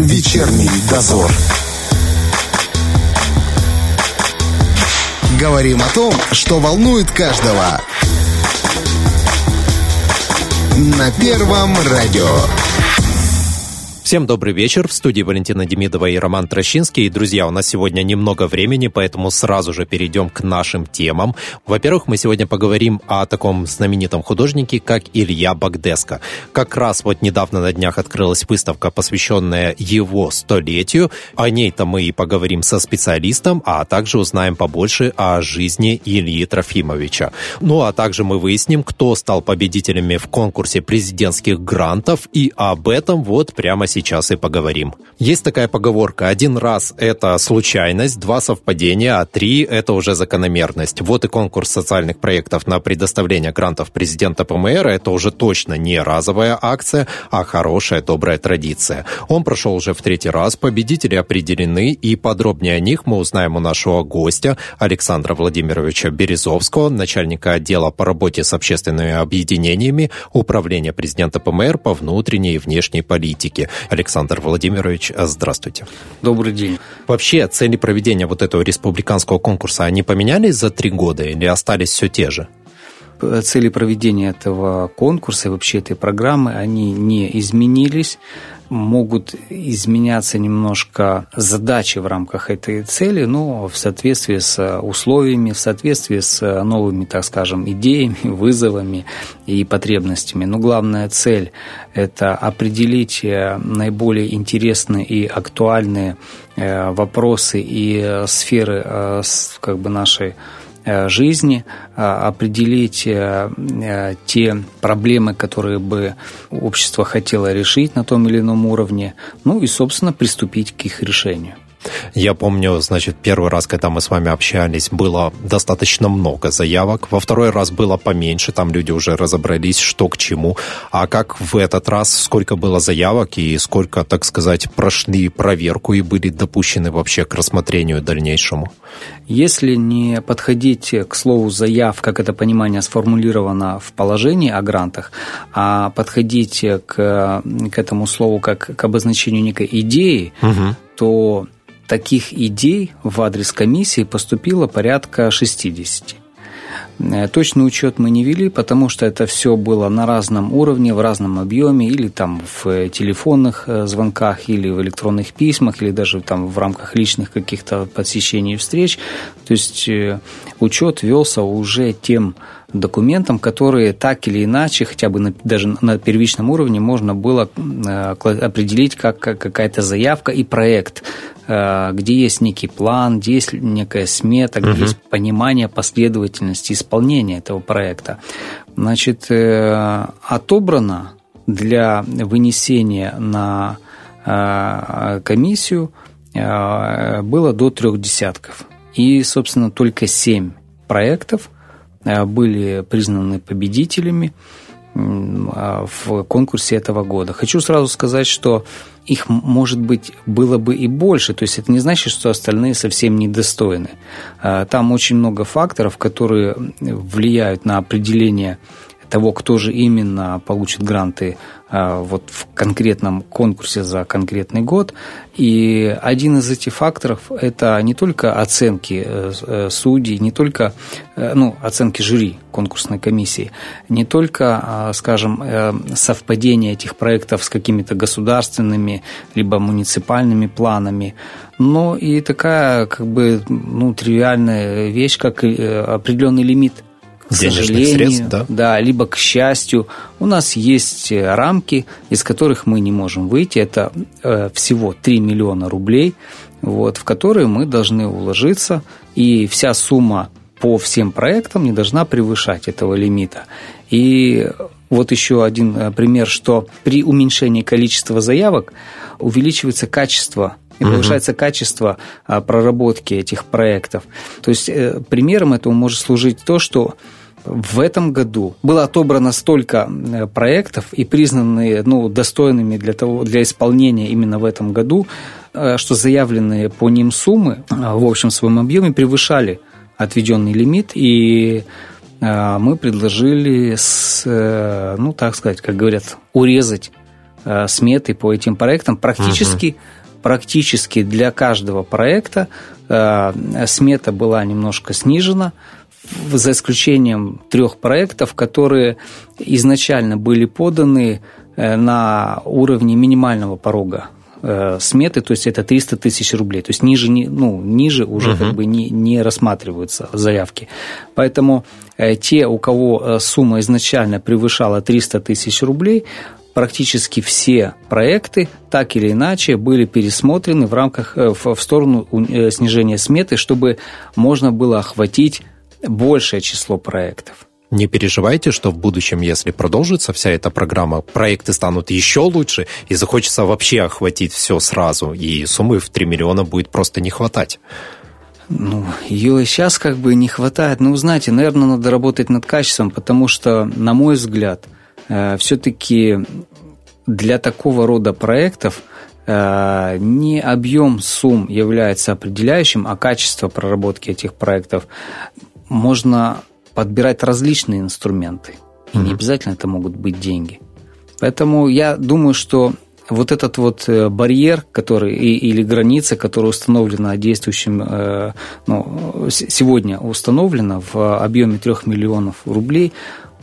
Вечерний дозор. Говорим о том, что волнует каждого. На Первом радио. Всем добрый вечер. В студии Валентина Демидова и Роман Трощинский. И, друзья, у нас сегодня немного времени, поэтому сразу же перейдем к нашим темам. Во-первых, мы сегодня поговорим о таком знаменитом художнике, как Илья Багдеско. Как раз вот недавно на днях открылась выставка, посвященная его 100-летию. О ней-то мы и поговорим со специалистом, а также узнаем побольше о жизни Ильи Трофимовича. Ну, а также мы выясним, кто стал победителями в конкурсе президентских грантов, и об этом вот прямо сейчас и поговорим. Есть такая поговорка: 1 раз это случайность, 2 совпадения, а 3 это уже закономерность. Вот и конкурс социальных проектов на предоставление грантов президента ПМР — это уже точно не разовая акция, а хорошая, добрая традиция. Он прошел уже в 3-й раз, победители определены, и подробнее о них мы узнаем у нашего гостя Александра Владимировича Березовского, начальника отдела по работе с общественными объединениями Управления президента ПМР по внутренней и внешней политике. Александр Владимирович, здравствуйте. Добрый день. Вообще, цели проведения вот этого республиканского конкурса, они поменялись за 3 года или остались все те же? Цели проведения этого конкурса и вообще этой программы, они не изменились. Могут изменяться немножко задачи в рамках этой цели, но в соответствии с условиями, в соответствии с новыми, так скажем, идеями, вызовами и потребностями. Но главная цель – это определить наиболее интересные и актуальные вопросы и сферы как бы нашей жизни, определить те проблемы, которые бы общество хотело решить на том или ином уровне, ну и, собственно, приступить к их решению. Я помню, значит, первый раз, когда мы с вами общались, было достаточно много заявок. Во второй раз было поменьше, там люди уже разобрались, что к чему. А как в этот раз, сколько было заявок и сколько, так сказать, прошли проверку и были допущены вообще к рассмотрению дальнейшему? Если не подходить к слову «заяв», как это понимание сформулировано в положении о грантах, а подходить к этому слову как к обозначению некой идеи, то таких идей в адрес комиссии поступило порядка 60. Точный учет мы не вели, потому что это все было на разном уровне, в разном объеме, или там в телефонных звонках, или в электронных письмах, или даже там в рамках личных каких-то посещений и встреч. То есть учет велся уже тем документам, которые так или иначе, хотя бы даже на первичном уровне, можно было определить как какая-то заявка и проект, где есть некий план, где есть некая смета, где есть понимание последовательности исполнения этого проекта. Значит, отобрано для вынесения на комиссию было до 3 десятков. И, собственно, только 7 проектов были признаны победителями в конкурсе этого года. Хочу сразу сказать, что их, может быть, было бы и больше. То есть это не значит, что остальные совсем недостойны. Там очень много факторов, которые влияют на определение того, кто же именно получит гранты вот в конкретном конкурсе за конкретный год. И один из этих факторов – это не только оценки судей, не только оценки жюри конкурсной комиссии, не только, скажем, совпадение этих проектов с какими-то государственными либо муниципальными планами, но и такая тривиальная вещь, как определенный лимит. К сожалению, средств, да, либо к счастью, у нас есть рамки, из которых мы не можем выйти. Это всего 3 миллиона рублей, в которые мы должны уложиться, и вся сумма по всем проектам не должна превышать этого лимита. И вот еще один пример, что при уменьшении количества заявок увеличивается качество и повышается качество проработки этих проектов. То есть примером этого может служить то, что в этом году было отобрано столько проектов и признаны достойными для исполнения именно в этом году, что заявленные по ним суммы в общем своем объеме превышали отведенный лимит, и мы предложили, так сказать, как говорят, урезать сметы по этим проектам. Практически для каждого проекта смета была немножко снижена, за исключением 3 проектов, которые изначально были поданы на уровне минимального порога сметы, то есть это 300 тысяч рублей, то есть ниже уже как бы не рассматриваются заявки. Поэтому те, у кого сумма изначально превышала 300 тысяч рублей, практически все проекты так или иначе были пересмотрены в сторону снижения сметы, чтобы можно было охватить большее число проектов. Не переживайте, что в будущем, если продолжится вся эта программа, проекты станут еще лучше, и захочется вообще охватить все сразу, и суммы в 3 миллиона будет просто не хватать. Ее и сейчас как бы не хватает. Знаете, наверное, надо работать над качеством, потому что, на мой взгляд, все-таки для такого рода проектов не объем сумм является определяющим, а качество проработки этих проектов. Можно подбирать различные инструменты, и не обязательно это могут быть деньги. Поэтому я думаю, что вот этот вот барьер, который или граница, которая установлена действующим, сегодня установлена в объеме 3 миллионов рублей,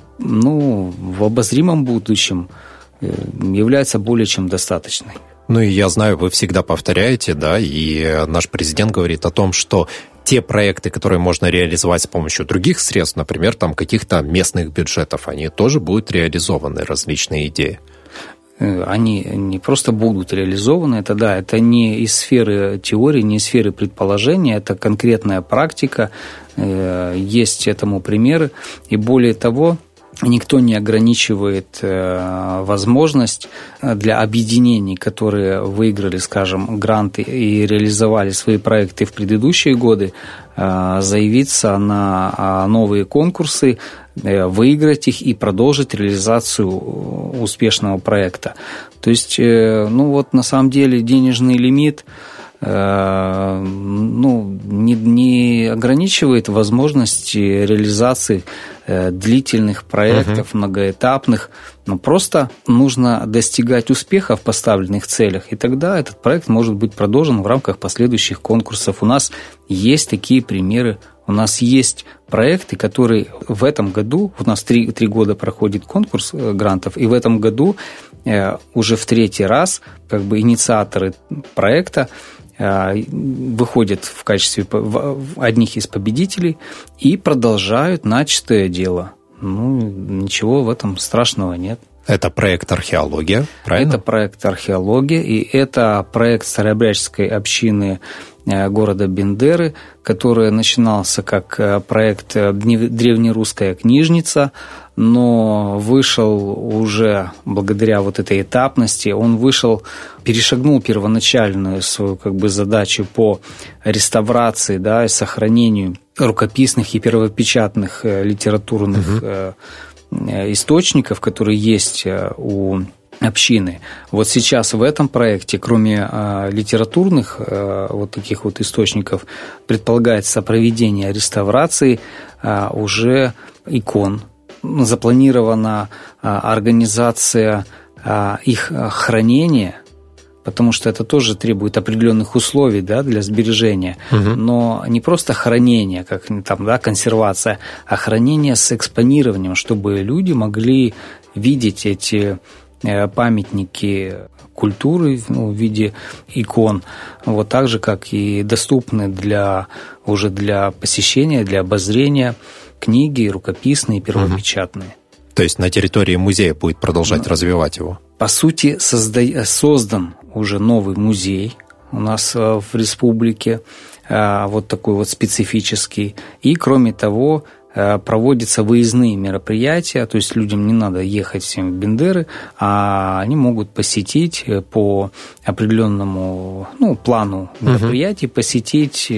в обозримом будущем является более чем достаточной. И я знаю, вы всегда повторяете, да, и наш президент говорит о том, что те проекты, которые можно реализовать с помощью других средств, например, там каких-то местных бюджетов, они тоже будут реализованы, различные идеи. Они не просто будут реализованы, это не из сферы теории, не из сферы предположения, это конкретная практика, есть этому примеры, и более того, никто не ограничивает возможность для объединений, которые выиграли, скажем, гранты и реализовали свои проекты в предыдущие годы, заявиться на новые конкурсы, выиграть их и продолжить реализацию успешного проекта. То есть, на самом деле денежный лимит не ограничивает возможности реализации длительных проектов, многоэтапных, но просто нужно достигать успеха в поставленных целях, и тогда этот проект может быть продолжен в рамках последующих конкурсов. У нас есть такие примеры, у нас есть проекты, которые в этом году, у нас 3 года проходит конкурс грантов, и в этом году уже в 3-й раз инициаторы проекта выходят в качестве одних из победителей и продолжают начатое дело. Ничего в этом страшного нет. Это проект «Археология», правильно? Это проект «Археология», и это проект Старообрядческой общины города Бендеры, который начинался как проект «Древнерусская книжница», но вышел уже благодаря этой этапности, перешагнул первоначальную свою задачу по реставрации, и сохранению рукописных и первопечатных литературных источников, которые есть у общины. Сейчас в этом проекте, кроме литературных таких источников, предполагается проведение реставрации уже икон. Запланирована организация их хранения, потому что это тоже требует определенных условий для сбережения. Но не просто хранение, как консервация, а хранение с экспонированием, чтобы люди могли видеть эти памятники культуры в виде икон, так же, как и доступны для посещения, для обозрения книги, рукописные, первопечатные. То есть на территории музея будет продолжать развивать его? По сути, создан уже новый музей у нас в республике, такой специфический. И, кроме того, проводятся выездные мероприятия, то есть людям не надо ехать всем в Бендеры, а они могут посетить по определенному плану мероприятий, посетить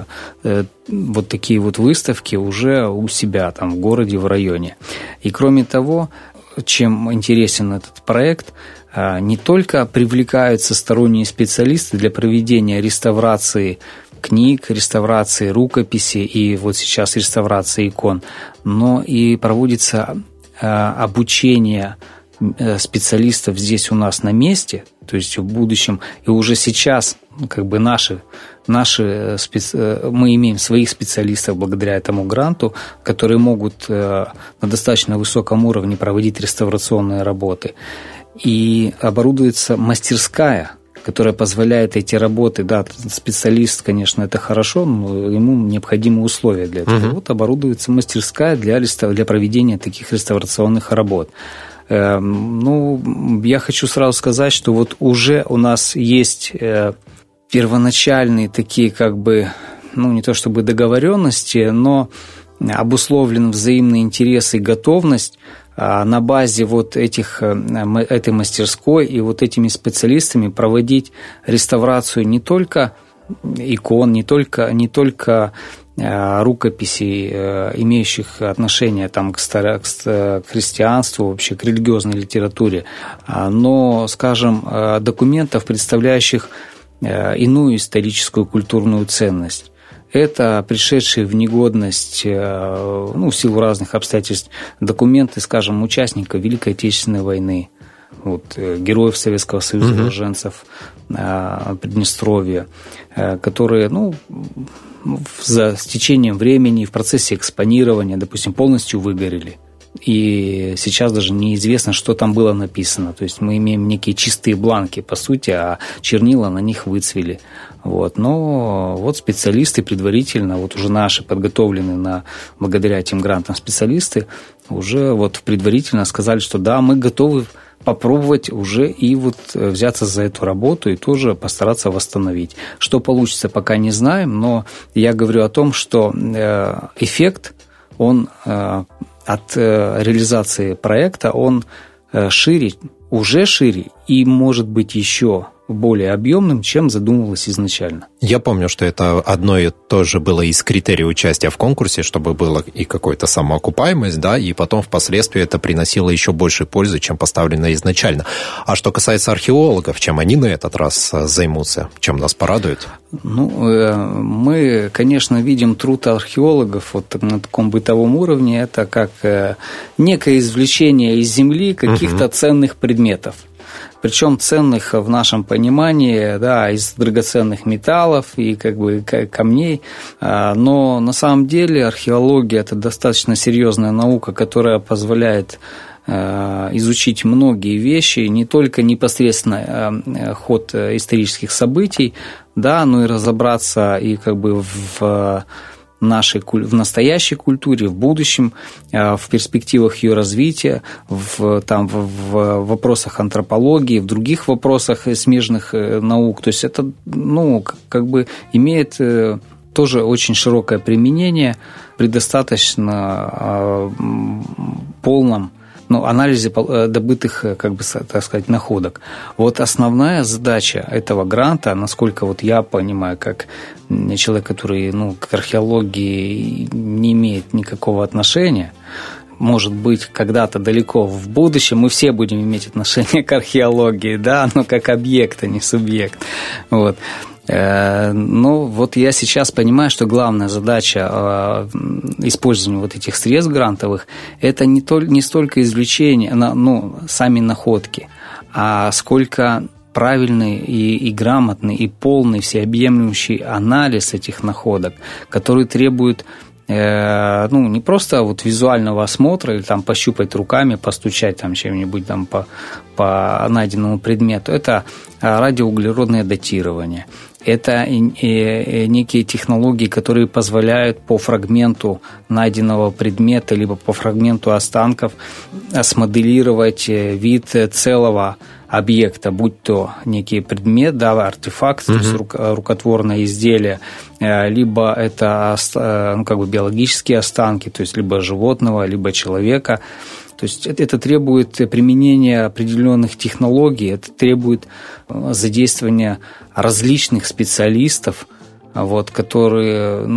такие выставки уже у себя в городе, в районе. И кроме того, чем интересен этот проект, не только привлекаются сторонние специалисты для проведения реставрации книг, реставрации рукописи и сейчас реставрации икон, но и проводится обучение специалистов здесь у нас на месте, то есть в будущем, и уже сейчас как бы мы имеем своих специалистов благодаря этому гранту, которые могут на достаточно высоком уровне проводить реставрационные работы. И оборудуется мастерская, которая позволяет эти работы, да, специалист, конечно, это хорошо, но ему необходимы условия для этого. Вот оборудуется мастерская для проведения таких реставрационных работ. Ну, я хочу сразу сказать, что вот уже у нас есть первоначальные такие, как бы, ну, не то чтобы договоренности, но обусловлен взаимный интерес и готовность на базе вот этой мастерской и вот этими специалистами проводить реставрацию не только икон, не только рукописей, имеющих отношение там, к христианству, вообще к религиозной литературе, но, скажем, документов, представляющих иную историческую культурную ценность. Это пришедшие в негодность, ну, в силу разных обстоятельств, документы, скажем, участников Великой Отечественной войны, вот, героев Советского Союза, уроженцев Приднестровья, которые, ну, с течением времени, в процессе экспонирования, допустим, полностью выгорели. И сейчас даже неизвестно, что там было написано. То есть мы имеем некие чистые бланки, по сути, а чернила на них выцвели. Вот. Но вот специалисты предварительно, вот уже наши подготовленные благодаря этим грантам специалисты, уже вот предварительно сказали, что да, мы готовы попробовать уже и вот взяться за эту работу и тоже постараться восстановить. Что получится, пока не знаем, но я говорю о том, что эффект, он от реализации проекта, он уже шире и может быть еще более объемным, чем задумывалось изначально. Я помню, что это одно и то же было из критериев участия в конкурсе, чтобы была и какая-то самоокупаемость, да, и потом впоследствии это приносило еще больше пользы, чем поставлено изначально. А что касается археологов, чем они на этот раз займутся? Чем нас порадует? Ну, мы, конечно, видим труд археологов вот на таком бытовом уровне. Это как некое извлечение из земли каких-то ценных предметов. Причем ценных в нашем понимании, да, из драгоценных металлов и как бы камней. Но на самом деле археология – это достаточно серьезная наука, которая позволяет изучить многие вещи, не только непосредственно ход исторических событий, да, но и разобраться и как бы в настоящей культуре, в будущем, в перспективах ее развития, в вопросах антропологии, в других вопросах смежных наук. То есть это, ну, как бы имеет тоже очень широкое применение при достаточно полном анализе добытых, как бы, так сказать, находок. Вот основная задача этого гранта, насколько вот я понимаю, как человек, который, к археологии не имеет никакого отношения, может быть, когда-то далеко в будущем мы все будем иметь отношение к археологии, да, но как объект, а не субъект. Вот. Но вот я сейчас понимаю, что главная задача использования вот этих средств грантовых – это не столько извлечение, сами находки, а сколько правильный и грамотный, и полный, всеобъемлющий анализ этих находок, который требует не просто вот визуального осмотра или там пощупать руками, постучать там чем-нибудь там по найденному предмету. Это радиоуглеродное датирование. Это некие технологии, которые позволяют по фрагменту найденного предмета либо по фрагменту останков смоделировать вид целого объекта, будь то некий предмет, да, артефакт, то есть рукотворное изделие, либо это биологические останки, то есть либо животного, либо человека. То есть это требует применения определенных технологий, это требует задействования различных специалистов, которые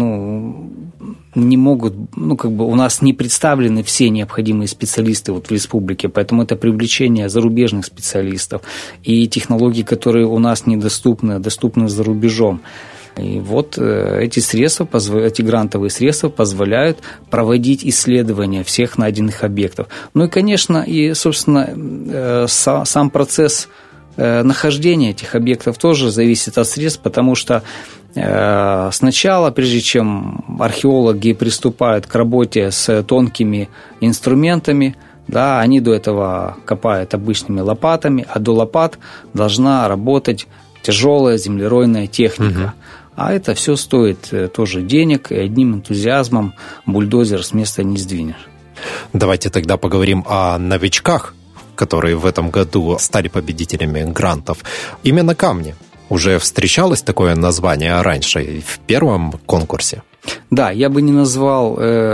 не могут, у нас не представлены все необходимые специалисты в республике, поэтому это привлечение зарубежных специалистов и технологий, которые у нас недоступны, доступны за рубежом. И вот эти грантовые средства позволяют проводить исследования всех найденных объектов. Ну и, конечно, собственно, сам процесс нахождения этих объектов тоже зависит от средств, потому что сначала, прежде чем археологи приступают к работе с тонкими инструментами, да, они до этого копают обычными лопатами, а до лопат должна работать тяжелая землеройная техника. А это все стоит тоже денег, и одним энтузиазмом бульдозер с места не сдвинешь. Давайте тогда поговорим о новичках, которые в этом году стали победителями грантов. Именно камни. Уже встречалось такое название раньше, в первом конкурсе? Да, я бы не назвал,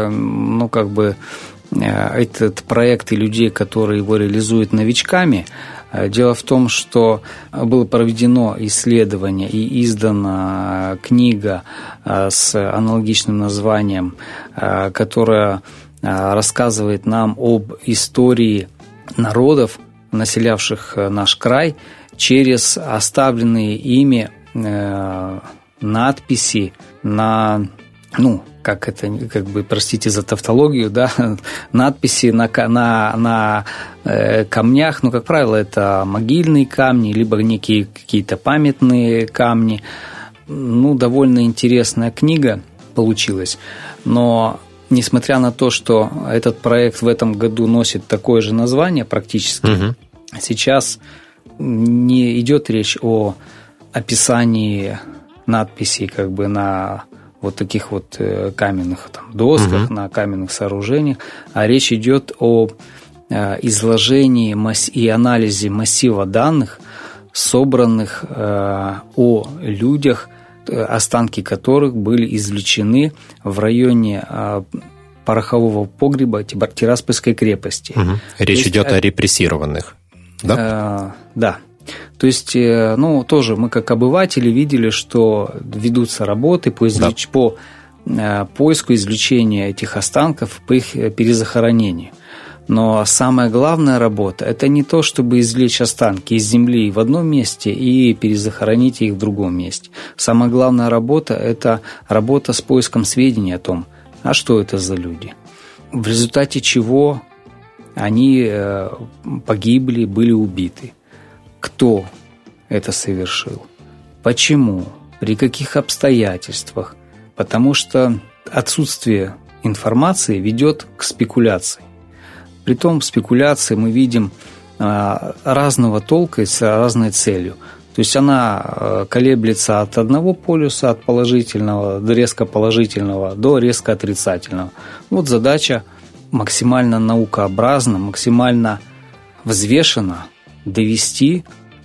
этот проект и людей, которые его реализуют, новичками. Дело в том, что было проведено исследование и издана книга с аналогичным названием, которая рассказывает нам об истории народов, населявших наш край, через оставленные ими надписи на, простите за тавтологию, да, надписи на камнях, как правило, это могильные камни, либо некие какие-то памятные камни. Довольно интересная книга получилась, но несмотря на то, что этот проект в этом году носит такое же название практически, сейчас не идет речь о описании надписей на вот таких вот каменных досках, на каменных сооружениях, а речь идет о изложении и анализе массива данных, собранных о людях, останки которых были извлечены в районе порохового погреба Тираспольской крепости. Речь идет о репрессированных, да? Да. То есть, тоже мы как обыватели видели, что ведутся работы по поиску извлечения этих останков, по их перезахоронению. Но самая главная работа – это не то, чтобы извлечь останки из земли в одном месте и перезахоронить их в другом месте. Самая главная работа – это работа с поиском сведений о том, а что это за люди, в результате чего они погибли, были убиты, кто это совершил, почему, при каких обстоятельствах. Потому что отсутствие информации ведет к спекуляции. Притом в спекуляции мы видим разного толка и с разной целью. То есть она колеблется от одного полюса, от положительного до резко положительного, до резко отрицательного. Вот задача максимально наукообразно, максимально взвешенно довести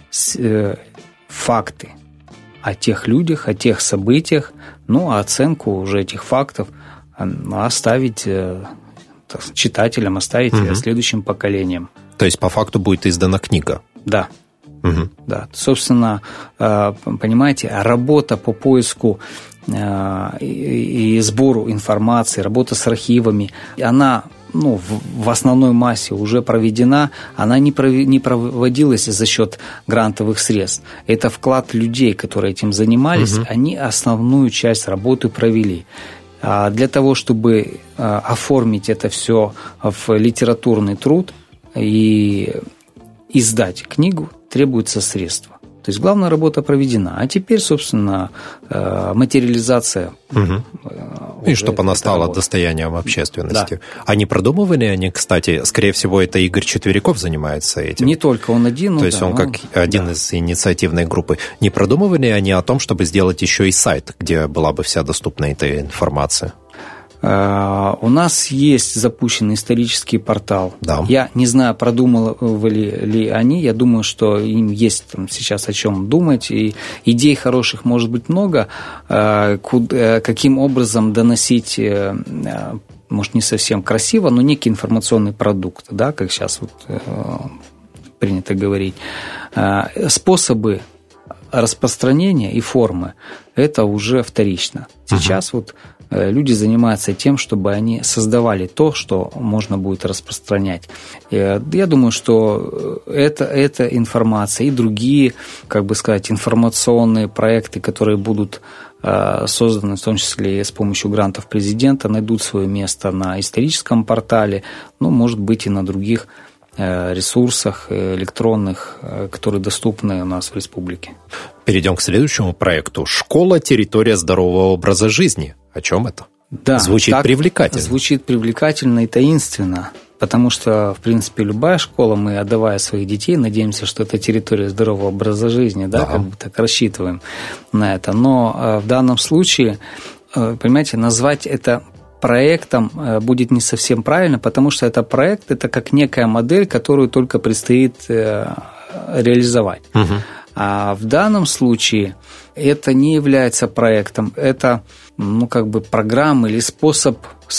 факты о тех людях, о тех событиях, а оценку уже этих фактов оставить читателям, оставить следующим поколениям. То есть, по факту будет издана книга? Да. Да. Собственно, понимаете, работа по поиску и сбору информации, работа с архивами, она в основной массе уже проведена, она не проводилась за счет грантовых средств. Это вклад людей, которые этим занимались, они основную часть работы провели. Для того, чтобы оформить это все в литературный труд и издать книгу, требуются средства. То есть главная работа проведена. А теперь, собственно, материализация. И чтобы она стала достоянием общественности. Да. А не продумывали они, кстати, скорее всего, это Игорь Четверяков занимается этим? Не только он один. То есть он как один из инициативной группы. Не продумывали они о том, чтобы сделать еще и сайт, где была бы вся доступная эта информация? У нас есть запущенный исторический портал. Да. Я не знаю, продумывали ли они. Я думаю, что им есть сейчас о чем думать. И идей хороших может быть много. Каким образом доносить, может, не совсем красиво, но некий информационный продукт, да, как сейчас принято говорить. Способы распространение и формы – это уже вторично. Сейчас вот люди занимаются тем, чтобы они создавали то, что можно будет распространять. Я думаю, что эта информация и другие, как бы сказать, информационные проекты, которые будут созданы, в том числе и с помощью грантов президента, найдут свое место на историческом портале, ну, может быть, и на других ресурсах электронных, которые доступны у нас в республике. Перейдем к следующему проекту. «Школа. Территория здорового образа жизни». О чем это? Да, звучит привлекательно. Звучит привлекательно и таинственно, потому что, в принципе, любая школа, мы, отдавая своих детей, надеемся, что это территория здорового образа жизни, да, как бы так рассчитываем на это. Но в данном случае, понимаете, назвать это проектом будет не совсем правильно, потому что это проект, это как некая модель, которую только предстоит реализовать. А в данном случае это не является проектом, это, ну, как бы программа или способ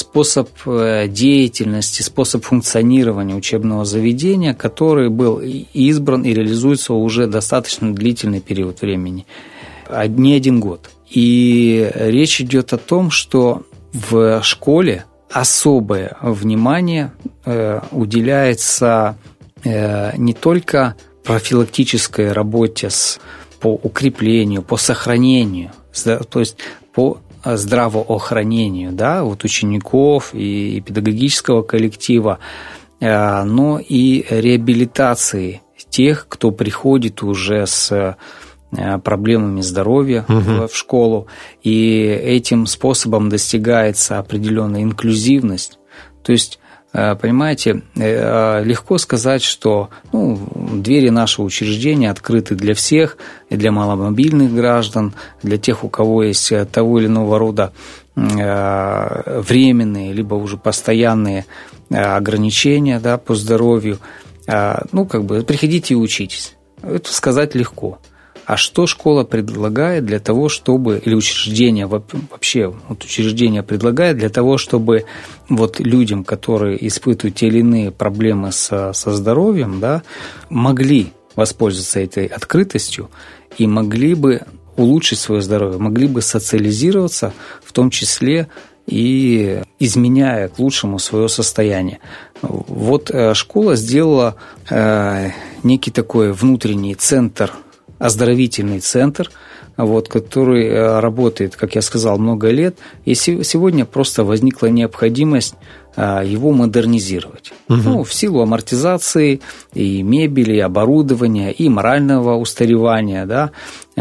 деятельности, способ функционирования учебного заведения, который был избран и реализуется уже достаточно длительный период времени, не один год. И речь идет о том, что в школе особое внимание уделяется не только профилактической работе по укреплению, по сохранению, то есть по здравоохранению, да, вот учеников и педагогического коллектива, но и реабилитации тех, кто приходит уже с проблемами здоровья в школу, и этим способом достигается определенная инклюзивность. То есть, понимаете, легко сказать, что двери нашего учреждения открыты для всех, и для маломобильных граждан, для тех, у кого есть того или иного рода временные, либо уже постоянные ограничения, да, по здоровью. Приходите и учитесь. Это сказать легко. А что школа предлагает для того, чтобы, или учреждение вообще, учреждение предлагает для того, чтобы людям, которые испытывают те или иные проблемы со здоровьем, да, могли воспользоваться этой открытостью и могли бы улучшить свое здоровье, могли бы социализироваться, в том числе и изменяя к лучшему свое состояние. Школа сделала некий такой внутренний центр, оздоровительный центр, который работает, как я сказал, много лет, и сегодня просто возникла необходимость его модернизировать. В силу амортизации и мебели, и оборудования, и морального устаревания, да,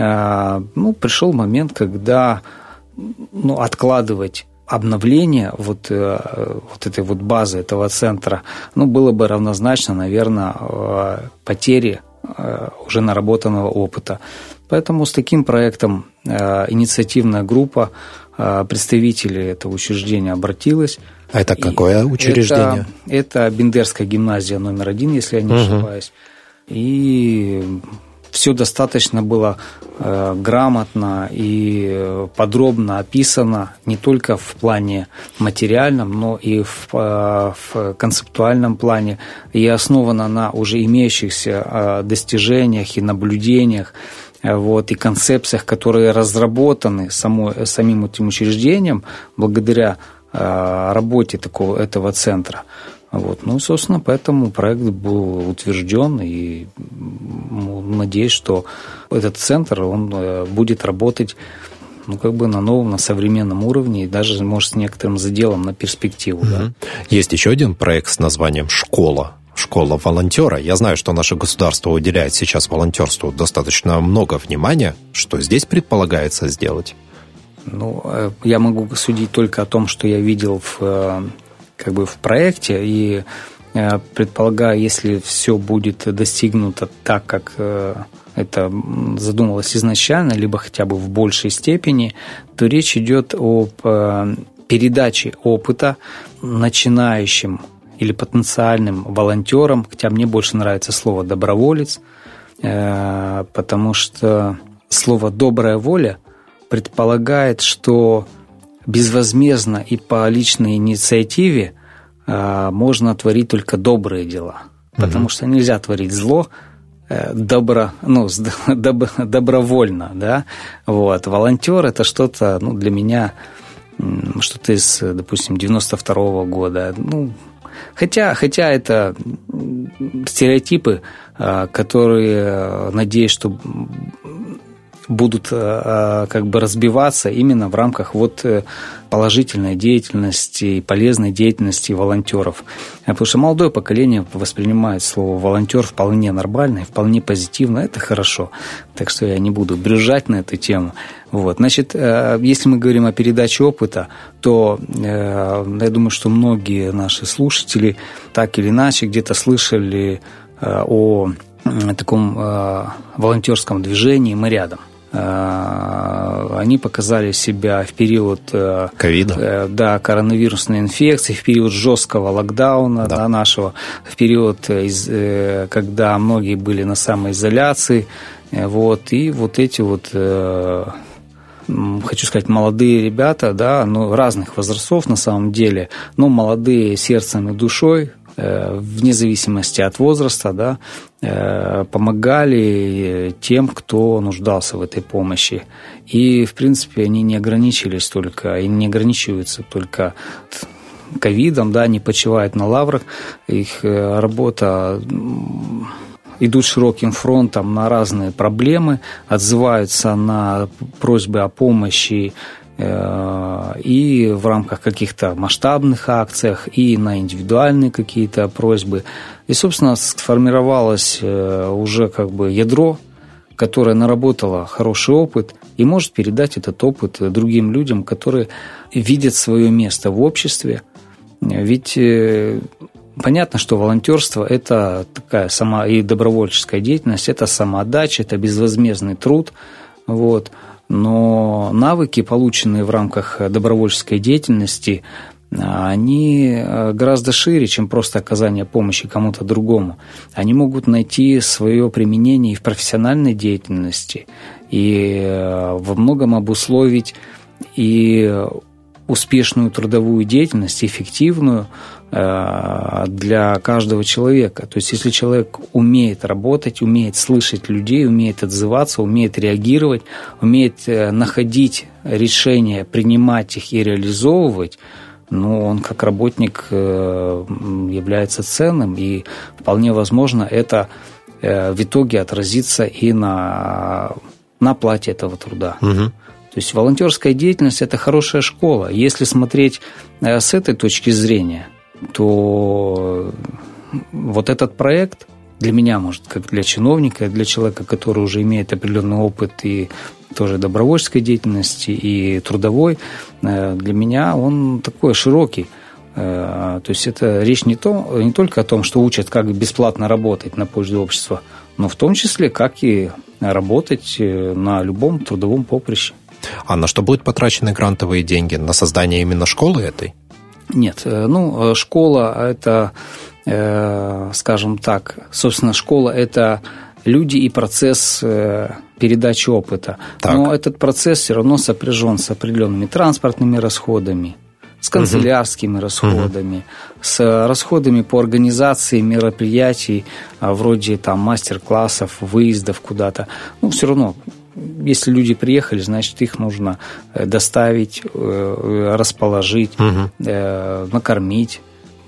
пришел момент, когда откладывать обновление этой базы, этого центра, было бы равнозначно, наверное, потере уже наработанного опыта. Поэтому с таким проектом инициативная группа представителей этого учреждения обратилась. А это какое учреждение? Это Бендерская гимназия номер 1, если я не ошибаюсь. И все достаточно было грамотно и подробно описано не только в плане материальном, но и в концептуальном плане, и основано на уже имеющихся достижениях и наблюдениях, и концепциях, которые разработаны самим этим учреждением благодаря работе этого центра. Собственно, поэтому проект был утвержден, и надеюсь, что этот центр, он будет работать на новом, на современном уровне, и даже, может, с некоторым заделом на перспективу. Да. Есть еще один проект с названием «Школа». Школа волонтера. Я знаю, что наше государство уделяет сейчас волонтерству достаточно много внимания. Что здесь предполагается сделать? Я могу судить только о том, что я видел в проекте, и предполагаю, если все будет достигнуто так, как это задумывалось изначально, либо хотя бы в большей степени, то речь идет об передаче опыта начинающим или потенциальным волонтерам, хотя мне больше нравится слово «доброволец», потому что слово «добрая воля» предполагает, что безвозмездно и по личной инициативе можно творить только добрые дела, потому что нельзя творить зло, добровольно, да, вот. Волонтер – это что-то, для меня, что-то из, допустим, 92-го года, хотя это стереотипы, которые, надеюсь, что будут как бы разбиваться именно в рамках положительной деятельности и полезной деятельности волонтеров. Потому что молодое поколение воспринимает слово «волонтер» вполне нормально и вполне позитивно. Это хорошо. Так что я не буду брюзжать на эту тему. Значит, если мы говорим о передаче опыта, то я думаю, что многие наши слушатели так или иначе где-то слышали о таком волонтерском движении «Мы рядом». Они показали себя в период ковида, коронавирусной инфекции, в период жесткого локдауна нашего, в период, когда многие были на самоизоляции. И эти хочу сказать, молодые ребята, разных возрастов на самом деле, но молодые сердцем и душой, вне зависимости от возраста, помогали тем, кто нуждался в этой помощи. И, в принципе, они не ограничиваются только ковидом, не почивают на лаврах. Их работа идут широким фронтом на разные проблемы, отзываются на просьбы о помощи и в рамках каких-то масштабных акциях, и на индивидуальные какие-то просьбы. И, собственно, сформировалось уже как бы ядро, которое наработало хороший опыт и может передать этот опыт другим людям, которые видят свое место в обществе. Ведь понятно, что волонтерство – это такая и добровольческая деятельность, это самоотдача, это безвозмездный труд, но навыки, полученные в рамках добровольческой деятельности, они гораздо шире, чем просто оказание помощи кому-то другому. Они могут найти свое применение и в профессиональной деятельности, и во многом обусловить и успешную трудовую деятельность, эффективную для каждого человека. То есть, если человек умеет работать, умеет слышать людей, умеет отзываться, умеет реагировать, умеет находить решения, принимать их и реализовывать, он как работник является ценным, и вполне возможно это в итоге отразится и на оплате этого труда. Угу. То есть волонтерская деятельность – это хорошая школа. Если смотреть с этой точки зрения, то этот проект для меня, может, как для чиновника, для человека, который уже имеет определенный опыт и тоже добровольческой деятельности, и трудовой, для меня он такой широкий. То есть это речь не только о том, что учат, как бесплатно работать на пользу общества, но в том числе, как и работать на любом трудовом поприще. А на что будут потрачены грантовые деньги? На создание именно школы этой? Нет, школа – это, скажем так, собственно, школа – это люди и процесс передачи опыта. Так. Но этот процесс все равно сопряжен с определенными транспортными расходами, с канцелярскими расходами, с расходами по организации мероприятий, вроде мастер-классов, выездов куда-то. Все равно, если люди приехали, значит, их нужно доставить, расположить, накормить,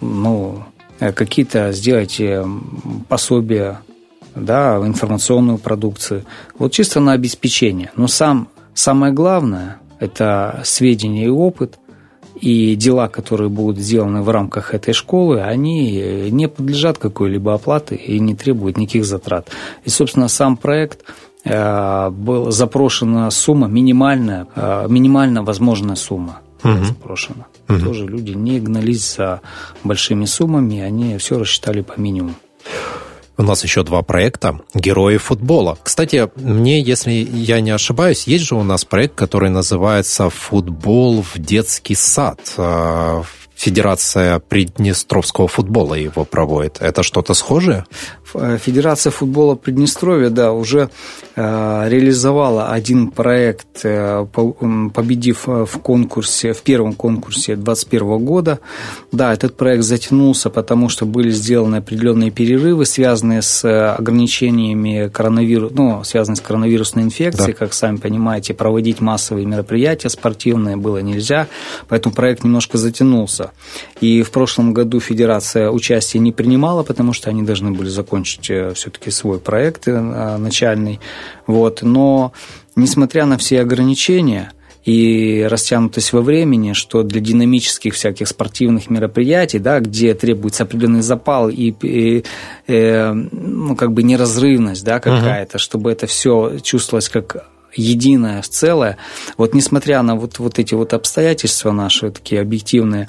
какие-то сделать пособия, информационную продукцию. Чисто на обеспечение. Но самое главное – это сведения и опыт, и дела, которые будут сделаны в рамках этой школы, они не подлежат какой-либо оплате и не требуют никаких затрат. И, собственно, сам проект была запрошена сумма, минимально возможная сумма запрошена. Тоже люди не гнались за большими суммами, они все рассчитали по минимуму. У нас еще 2 проекта «Герои футбола». Кстати, если я не ошибаюсь, есть же у нас проект, который называется «Футбол в детский сад». Федерация Приднестровского футбола его проводит. Это что-то схожее? Федерация футбола Приднестровья, да, уже реализовала один проект, победив в первом конкурсе 2021 года. Да, этот проект затянулся, потому что были сделаны определенные перерывы, связанные с ограничениями связанные с коронавирусной инфекцией. Да. Как сами понимаете, проводить массовые мероприятия спортивные было нельзя, поэтому проект немножко затянулся. И в прошлом году федерация участие не принимала, потому что они должны были закончить все-таки свой проект начальный. Но, несмотря на все ограничения и растянутость во времени, что для динамических всяких спортивных мероприятий, да, где требуется определенный запал и неразрывность, да, какая-то, чтобы это все чувствовалось как единое целое. Несмотря на эти обстоятельства наши, такие объективные,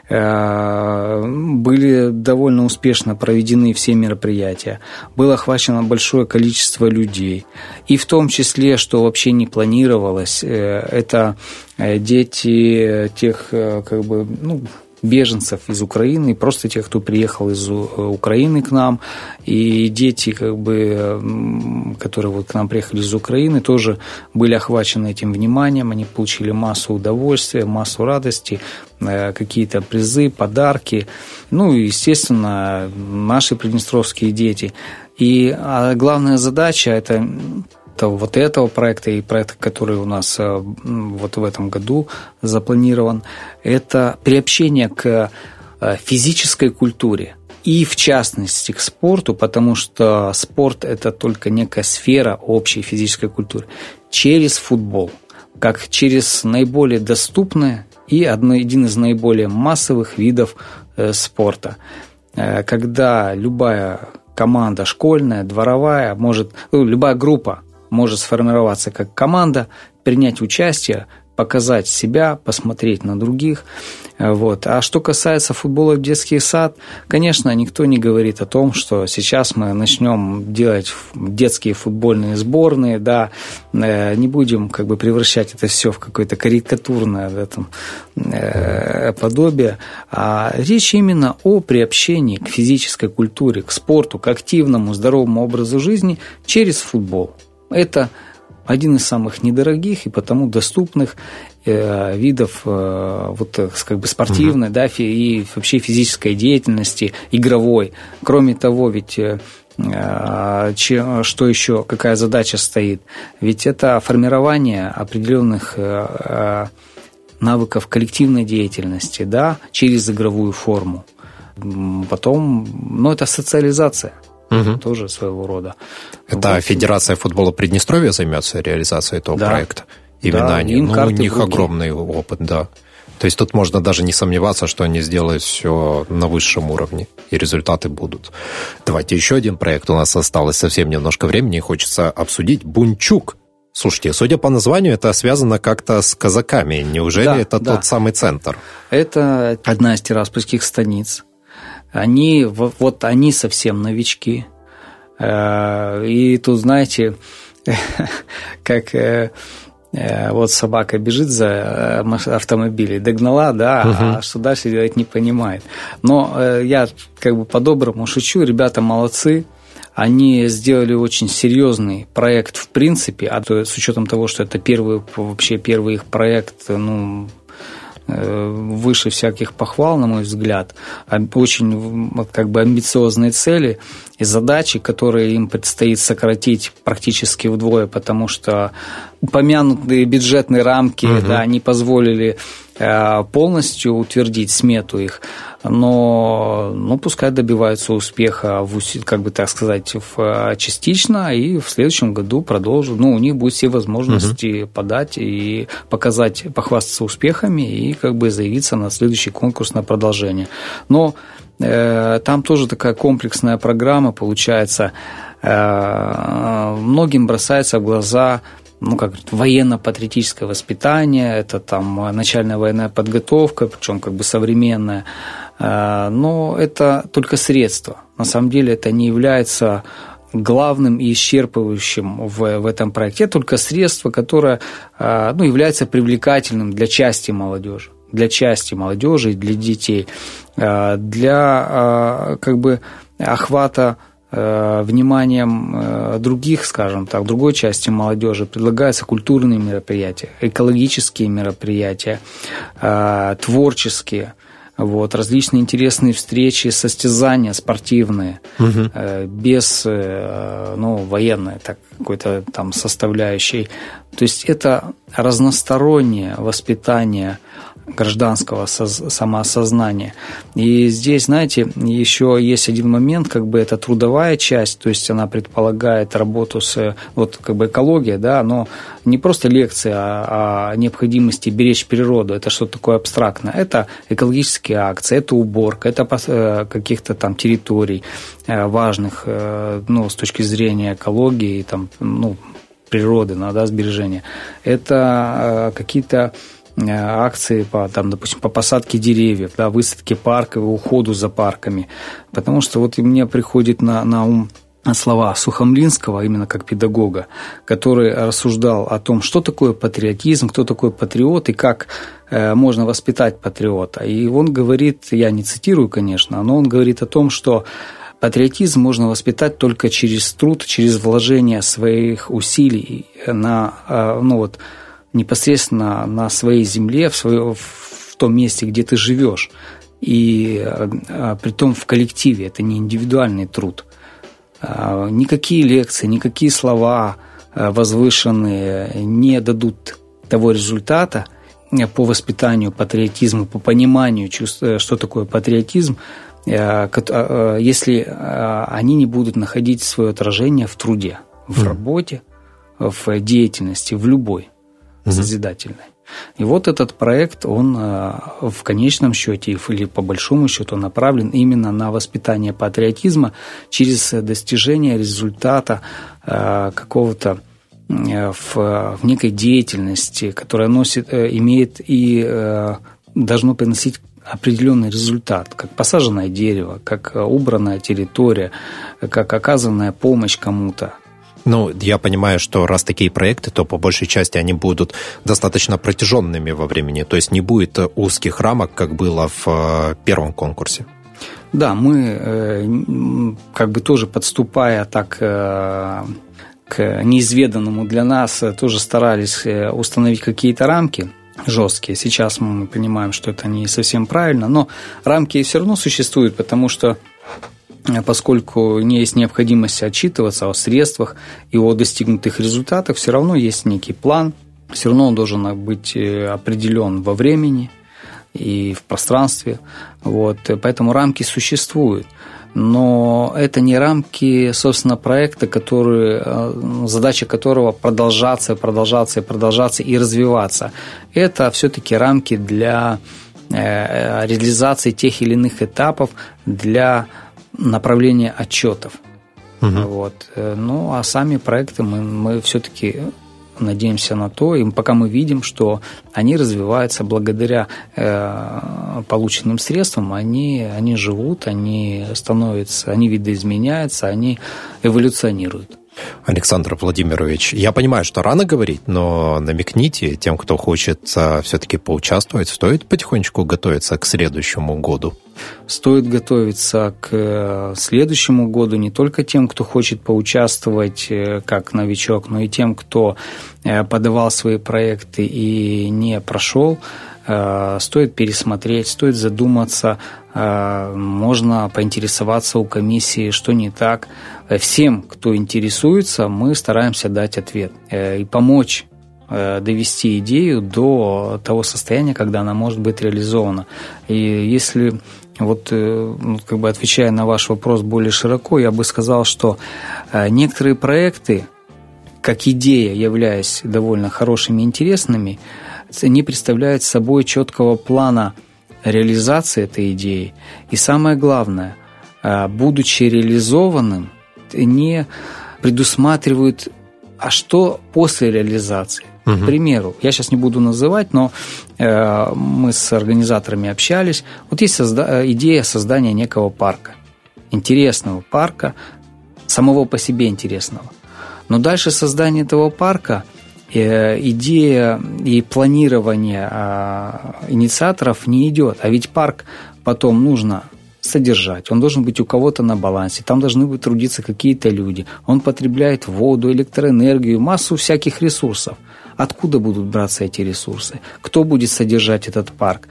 были довольно успешно проведены все мероприятия. Было охвачено большое количество людей. И в том числе, что вообще не планировалось, это дети тех, беженцев из Украины, просто тех, кто приехал из Украины к нам, и дети, которые к нам приехали из Украины, тоже были охвачены этим вниманием, они получили массу удовольствия, массу радости, какие-то призы, подарки, и, естественно, наши приднестровские дети. И главная задача – это этого проекта и проекта, который у нас в этом году запланирован, это приобщение к физической культуре и, в частности, к спорту, потому что спорт – это только некая сфера общей физической культуры, через футбол, как через наиболее доступное и один из наиболее массовых видов спорта. Когда любая команда школьная, дворовая, любая группа может сформироваться как команда, принять участие, показать себя, посмотреть на других. А что касается футбола в детский сад, конечно, никто не говорит о том, что сейчас мы начнем делать детские футбольные сборные, да, не будем превращать это все в какое-то карикатурное подобие. А речь именно о приобщении к физической культуре, к спорту, к активному, здоровому образу жизни через футбол. Это один из самых недорогих и потому доступных видов спортивной, да, и вообще физической деятельности, игровой. Кроме того, ведь что еще, какая задача стоит? Ведь это формирование определенных навыков коллективной деятельности, да, через игровую форму. Потом, это социализация. Тоже своего рода. Это Федерация футбола Приднестровья займется реализацией этого проекта? Именно они. У них огромный опыт, да. То есть тут можно даже не сомневаться, что они сделают все на высшем уровне, и результаты будут. Давайте еще один проект. У нас осталось совсем немножко времени, и хочется обсудить. Бунчук. Слушайте, судя по названию, это связано как-то с казаками. Неужели это тот самый центр? Это одна из тираспольских станиц. Они совсем новички. И тут, знаете, как собака бежит за автомобилем, догнала, да, а что дальше делать не понимает. Но я по-доброму шучу, ребята молодцы. Они сделали очень серьезный проект в принципе, с учетом того, что это первый их проект, выше всяких похвал, на мой взгляд, очень амбициозные цели и задачи, которые им предстоит сократить практически вдвое, потому что упомянутые бюджетные рамки не позволили полностью утвердить смету их, но пускай добиваются успеха, частично, и в следующем году продолжат. У них будут все возможности подать и похвастаться успехами и заявиться на следующий конкурс на продолжение. Но там тоже такая комплексная программа получается. Многим бросается в глаза военно-патриотическое воспитание, это начальная военная подготовка, причем современная, но это только средство. На самом деле это не является главным и исчерпывающим в этом проекте. Это только средство, которое является привлекательным для части молодежи. для части молодежи, для детей, для как бы охвата вниманием других, скажем так, другой части молодежи предлагаются культурные мероприятия, экологические мероприятия, творческие, вот, различные интересные встречи, состязания спортивные, без военной какой-то там составляющей. То есть это разностороннее воспитание гражданского самоосознания. И здесь, знаете, еще есть один момент, как бы это трудовая часть, то есть она предполагает работу с, вот как бы экология, да, но не просто лекция о необходимости беречь природу, это что-то такое абстрактное, это экологические акции, это уборка, это каких-то там территорий важных, с точки зрения экологии, там, природы, сбережения, это какие-то акции допустим, по посадке деревьев, высадке парков и уходу за парками. Потому что вот мне приходит на ум слова Сухомлинского, именно как педагога, который рассуждал о том, что такое патриотизм, кто такой патриот и как можно воспитать патриота. И он говорит, я не цитирую, конечно, но он говорит о том, что патриотизм можно воспитать только через труд, через вложение своих усилий непосредственно на своей земле, в том месте, где ты живешь, и притом в коллективе, это не индивидуальный труд. Никакие лекции, никакие слова возвышенные не дадут того результата по воспитанию патриотизма, по пониманию, что такое патриотизм, если они не будут находить свое отражение в труде, в работе, в деятельности, в любой созидательной. И вот этот проект, он в конечном счете или по большому счету направлен именно на воспитание патриотизма через достижение результата какого-то в некой деятельности, которая имеет и должно приносить определенный результат, как посаженное дерево, как убранная территория, как оказанная помощь кому-то. Я понимаю, что раз такие проекты, то по большей части они будут достаточно протяженными во времени, то есть не будет узких рамок, как было в первом конкурсе. Да, мы как бы тоже подступая так к неизведанному для нас, тоже старались установить какие-то рамки жесткие. Сейчас мы понимаем, что это не совсем правильно, но рамки все равно существуют, потому что поскольку не есть необходимость отчитываться о средствах и о достигнутых результатах, все равно есть некий план, все равно он должен быть определен во времени и в пространстве. Вот. Поэтому рамки существуют. Но это не рамки, собственно, проекта, задача которого продолжаться и развиваться. Это все-таки рамки для реализации тех или иных этапов, для направления отчетов. Вот. А сами проекты мы все-таки надеемся на то, и пока мы видим, что они развиваются благодаря полученным средствам, они живут, они видоизменяются, они эволюционируют. Александр Владимирович, я понимаю, что рано говорить, но намекните тем, кто хочет все-таки поучаствовать, стоит потихонечку готовиться к следующему году. Стоит готовиться к следующему году не только тем, кто хочет поучаствовать как новичок, но и тем, кто подавал свои проекты и не прошел. Стоит пересмотреть, стоит задуматься, можно поинтересоваться у комиссии, что не так. Всем, кто интересуется, мы стараемся дать ответ и помочь довести идею до того состояния, когда она может быть реализована. И если отвечая на ваш вопрос более широко, я бы сказал, что некоторые проекты, как идея, являясь довольно хорошими и интересными, не представляют собой четкого плана реализации этой идеи. И самое главное, будучи реализованным, не предусматривают, а что после реализации. К примеру, я сейчас не буду называть, но мы с организаторами общались. Вот есть идея создания некого парка, интересного парка, самого по себе интересного. Но дальше создания этого парка идея и планирование инициаторов не идет. А ведь парк потом нужно содержать, он должен быть у кого-то на балансе, там должны быть трудиться какие-то люди, он потребляет воду, электроэнергию, массу всяких ресурсов. Откуда будут браться эти ресурсы? Кто будет содержать этот парк?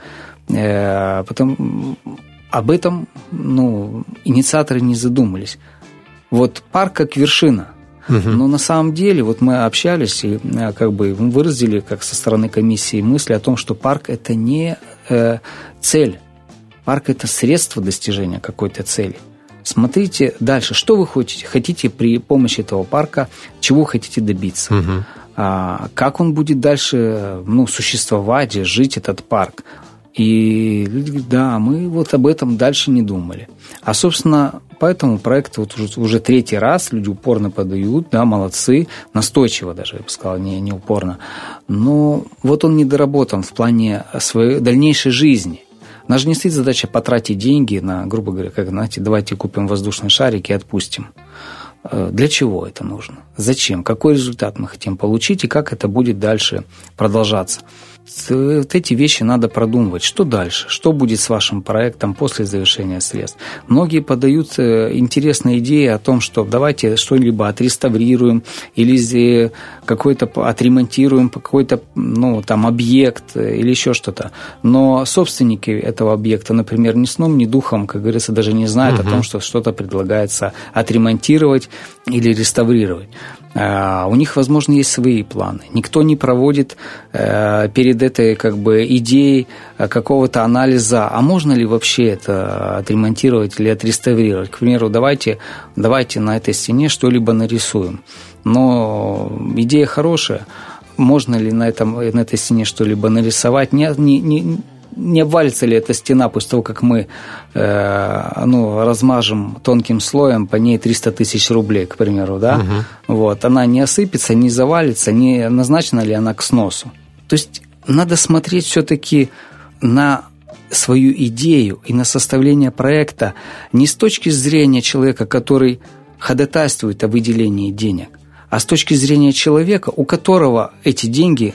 Об этом инициаторы не задумались. Вот парк как вершина. Но на самом деле, вот мы общались и выразили, как со стороны комиссии, мысли о том, что парк – это не цель. Парк – это средство достижения какой-то цели. Смотрите дальше, что вы хотите при помощи этого парка, чего хотите добиться. Как он будет дальше существовать, жить, этот парк. И люди говорят, да, мы вот об этом дальше не думали. А, собственно, по этому проекту вот уже третий раз люди упорно подают, да, молодцы, настойчиво даже, я бы сказал, не упорно. Но вот он недоработан в плане своей дальнейшей жизни. У нас же не стоит задача потратить деньги на, грубо говоря, давайте купим воздушный шарик и отпустим. Для чего это нужно? Зачем? Какой результат мы хотим получить и как это будет дальше продолжаться? Вот эти вещи надо продумывать. Что дальше? Что будет с вашим проектом после завершения средств? Многие подают интересные идеи о том, что давайте что-либо отреставрируем или какой-то отремонтируем, какой-то объект или еще что-то. Но собственники этого объекта, например, ни сном, ни духом, как говорится, даже не знают о том, что что-то предлагается отремонтировать или реставрировать. У них, возможно, есть свои планы. Никто не проводит перед этой идеей какого-то анализа, а можно ли вообще это отремонтировать или отреставрировать. К примеру, давайте на этой стене что-либо нарисуем. Но идея хорошая. Можно ли на этой стене что-либо нарисовать? Не обвалится ли эта стена после того, как мы размажем тонким слоем по ней 300 тысяч рублей, к примеру, да? Вот. Она не осыпется, не завалится, не назначена ли она к сносу. То есть надо смотреть все-таки на свою идею и на составление проекта не с точки зрения человека, который ходатайствует о выделении денег, а с точки зрения человека, у которого эти деньги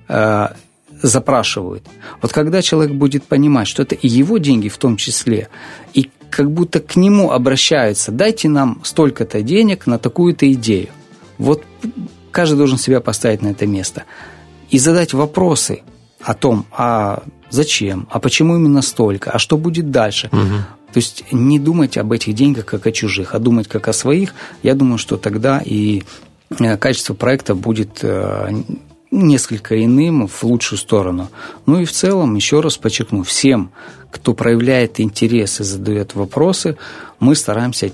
запрашивают. Вот когда человек будет понимать, что это и его деньги в том числе, и как будто к нему обращаются, дайте нам столько-то денег на такую-то идею. Вот каждый должен себя поставить на это место и задать вопросы о том, а зачем, а почему именно столько, а что будет дальше. То есть не думать об этих деньгах как о чужих, а думать как о своих. Я думаю, что тогда и качество проекта будет несколько иным, в лучшую сторону. Ну и в целом, еще раз подчеркну, всем, кто проявляет интерес и задает вопросы, мы стараемся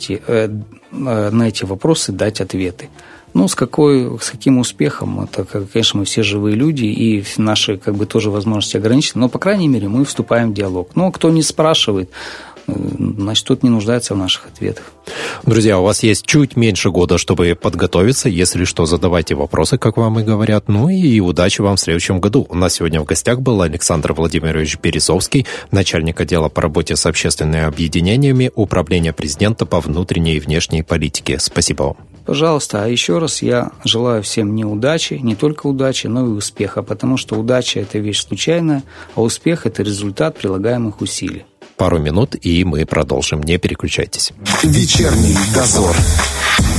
на эти вопросы дать ответы. С каким успехом, это, конечно, мы все живые люди, и наши тоже возможности ограничены, но, по крайней мере, мы вступаем в диалог. Но кто не спрашивает, значит, тот не нуждается в наших ответах. Друзья, у вас есть чуть меньше года, чтобы подготовиться. Если что, задавайте вопросы, как вам и говорят. И удачи вам в следующем году. У нас сегодня в гостях был Александр Владимирович Березовский, начальник отдела по работе с общественными объединениями Управления президента по внутренней и внешней политике. Спасибо вам. Пожалуйста, а еще раз я желаю всем не удачи, не только удачи, но и успеха, потому что удача – это вещь случайная, а успех – это результат прилагаемых усилий. Пару минут, и мы продолжим. Не переключайтесь. Вечерний дозор.